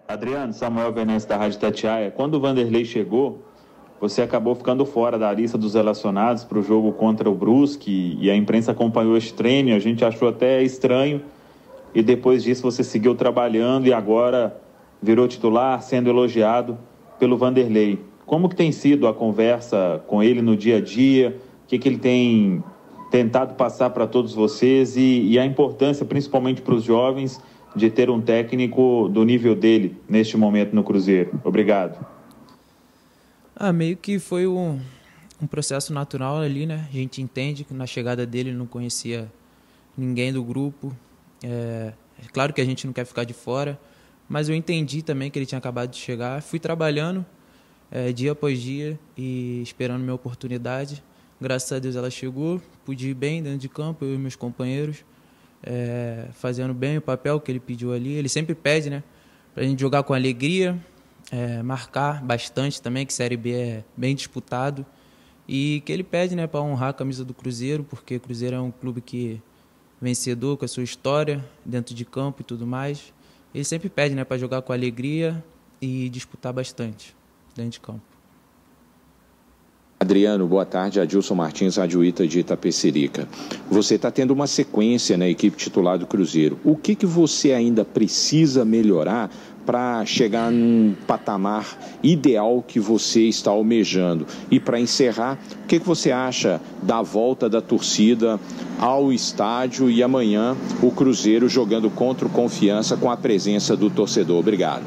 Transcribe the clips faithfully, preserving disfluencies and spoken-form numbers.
Adriano, Samuel Venense da Rádio Itatiaia. Quando o Vanderlei chegou, você acabou ficando fora da lista dos relacionados para o jogo contra o Brusque e a imprensa acompanhou esse treino, a gente achou até estranho e depois disso você seguiu trabalhando e agora virou titular, sendo elogiado pelo Vanderlei. Como que tem sido a conversa com ele no dia a dia? O que, que ele tem tentado passar para todos vocês e, e a importância, principalmente para os jovens, de ter um técnico do nível dele neste momento no Cruzeiro? Obrigado. Ah, meio que foi um, um processo natural ali, né? A gente entende que na chegada dele ele não conhecia ninguém do grupo. É, é claro que a gente não quer ficar de fora, mas eu entendi também que ele tinha acabado de chegar. Fui trabalhando é, dia após dia e esperando minha oportunidade. Graças a Deus ela chegou, pude ir bem dentro de campo, eu e meus companheiros. É, fazendo bem o papel que ele pediu ali. Ele sempre pede, né, pra gente jogar com alegria, é, marcar bastante também, que Série B é bem disputado, e que ele pede, né, para honrar a camisa do Cruzeiro, porque o Cruzeiro é um clube que vencedor, com a sua história dentro de campo e tudo mais. Ele sempre pede, né, para jogar com alegria e disputar bastante dentro de campo. Adriano, boa tarde. Adilson Martins, Rádio Ita de Itapecerica. Você está tendo uma sequência na equipe titular do Cruzeiro. O que, que você ainda precisa melhorar para chegar num patamar ideal que você está almejando? E para encerrar, o que, que você acha da volta da torcida ao estádio e amanhã o Cruzeiro jogando contra o Confiança com a presença do torcedor? Obrigado.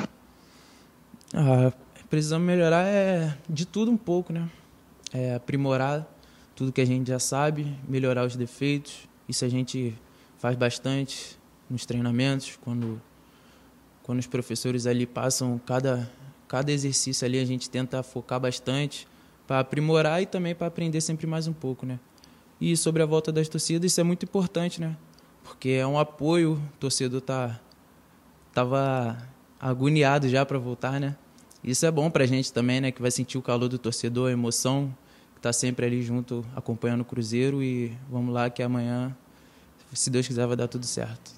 Ah, precisamos melhorar é de tudo um pouco, né? É aprimorar tudo que a gente já sabe, melhorar os defeitos. Isso a gente faz bastante nos treinamentos, quando, quando os professores ali passam cada, cada exercício ali, a gente tenta focar bastante para aprimorar e também para aprender sempre mais um pouco, né? E sobre a volta das torcidas, isso é muito importante, né? Porque é um apoio, o torcedor tá, tava agoniado já para voltar, né? Isso é bom pra gente também, né? Que vai sentir o calor do torcedor, a emoção, que tá sempre ali junto, acompanhando o Cruzeiro. E vamos lá que amanhã, se Deus quiser, vai dar tudo certo.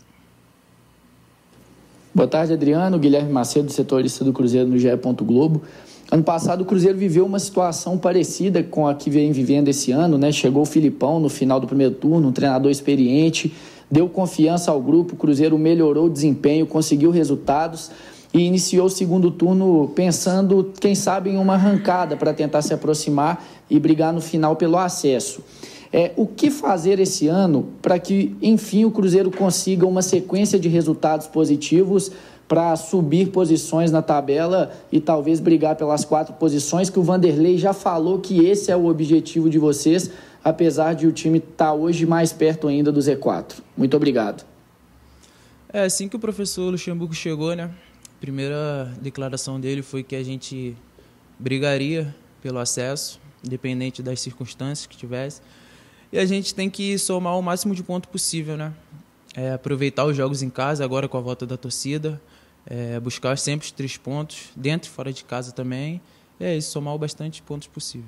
Boa tarde, Adriano. Guilherme Macedo, setorista do Cruzeiro no G E. Globo. Ano passado o Cruzeiro viveu uma situação parecida com a que vem vivendo esse ano, né? Chegou o Filipão no final do primeiro turno, um treinador experiente, deu confiança ao grupo, o Cruzeiro melhorou o desempenho, conseguiu resultados e iniciou o segundo turno pensando, quem sabe, em uma arrancada para tentar se aproximar e brigar no final pelo acesso. É, o que fazer esse ano para que, enfim, o Cruzeiro consiga uma sequência de resultados positivos para subir posições na tabela e talvez brigar pelas quatro posições, que o Vanderlei já falou que esse é o objetivo de vocês, apesar de o time estar hoje mais perto ainda do Z quatro. Muito obrigado. É assim que o professor Luxemburgo chegou, né? A primeira declaração dele foi que a gente brigaria pelo acesso, independente das circunstâncias que tivesse. E a gente tem que somar o máximo de ponto possível, né? É, aproveitar os jogos em casa, agora com a volta da torcida, é, buscar sempre os três pontos, dentro e fora de casa também. E é isso, somar o bastante pontos possível.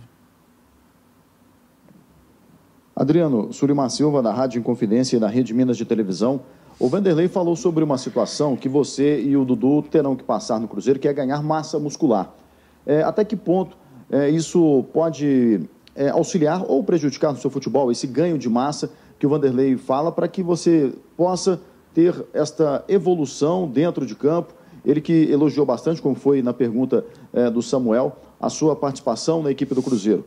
Adriano, Sulimar Silva, da Rádio Inconfidência e da Rede Minas de Televisão. O Vanderlei falou sobre uma situação que você e o Dudu terão que passar no Cruzeiro, que é ganhar massa muscular. É, até que ponto é, isso pode é, auxiliar ou prejudicar no seu futebol, esse ganho de massa que o Vanderlei fala, para que você possa ter esta evolução dentro de campo? Ele que elogiou bastante, como foi na pergunta é, do Samuel, a sua participação na equipe do Cruzeiro.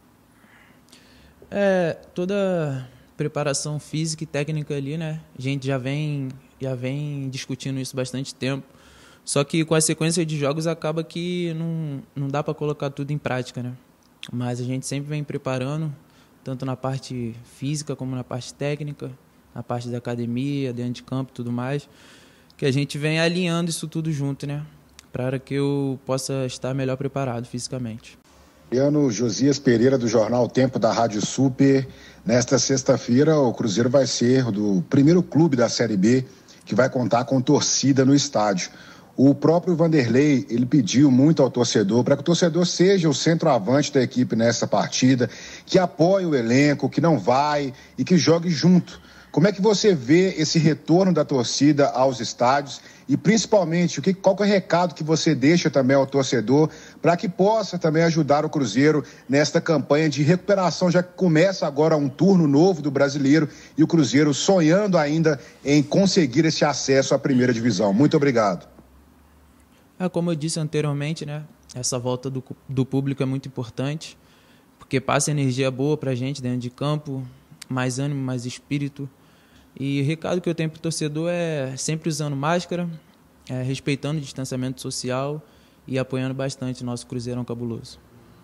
É, toda preparação física e técnica ali, né? A gente já vem, já vem discutindo isso bastante tempo. Só que com a sequência de jogos acaba que não, não dá para colocar tudo em prática, né? Mas a gente sempre vem preparando, tanto na parte física como na parte técnica, na parte da academia, dentro de campo e tudo mais, que a gente vem alinhando isso tudo junto, né? Para que eu possa estar melhor preparado fisicamente. Adriano, Josias Pereira, do jornal Tempo da Rádio Super. Nesta sexta-feira, o Cruzeiro vai ser do primeiro clube da Série B que vai contar com torcida no estádio. O próprio Vanderlei, ele pediu muito ao torcedor para que o torcedor seja o centroavante da equipe nessa partida, que apoie o elenco, que não vai e que jogue junto. Como é que você vê esse retorno da torcida aos estádios e principalmente o que, qual que é o recado que você deixa também ao torcedor para que possa também ajudar o Cruzeiro nesta campanha de recuperação, já que começa agora um turno novo do Brasileiro e o Cruzeiro sonhando ainda em conseguir esse acesso à primeira divisão. Muito obrigado. Ah, como eu disse anteriormente, né, essa volta do, do público é muito importante, porque passa energia boa para a gente dentro de campo, mais ânimo, mais espírito. E o recado que eu tenho para o torcedor é sempre usando máscara, é, respeitando o distanciamento social e apoiando bastante o nosso Cruzeirão Cabuloso.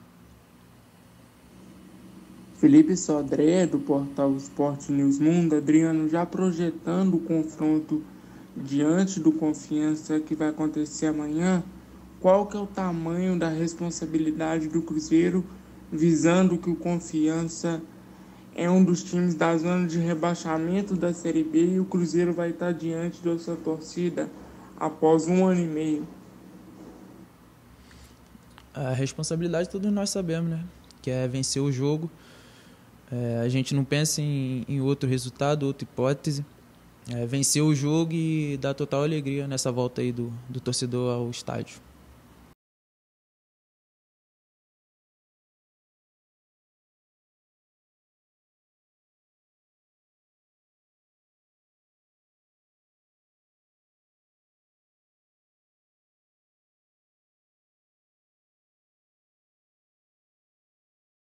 Felipe Sodré, do portal Sport News Mundo. Adriano, já projetando o confronto diante do Confiança que vai acontecer amanhã, qual que é o tamanho da responsabilidade do Cruzeiro, visando que o Confiança é um dos times da zona de rebaixamento da Série B e o Cruzeiro vai estar diante da sua torcida após um ano e meio? A responsabilidade todos nós sabemos, né? Que é vencer o jogo. É, a gente não pensa em, em outro resultado, outra hipótese. É vencer o jogo e dar total alegria nessa volta aí do, do torcedor ao estádio.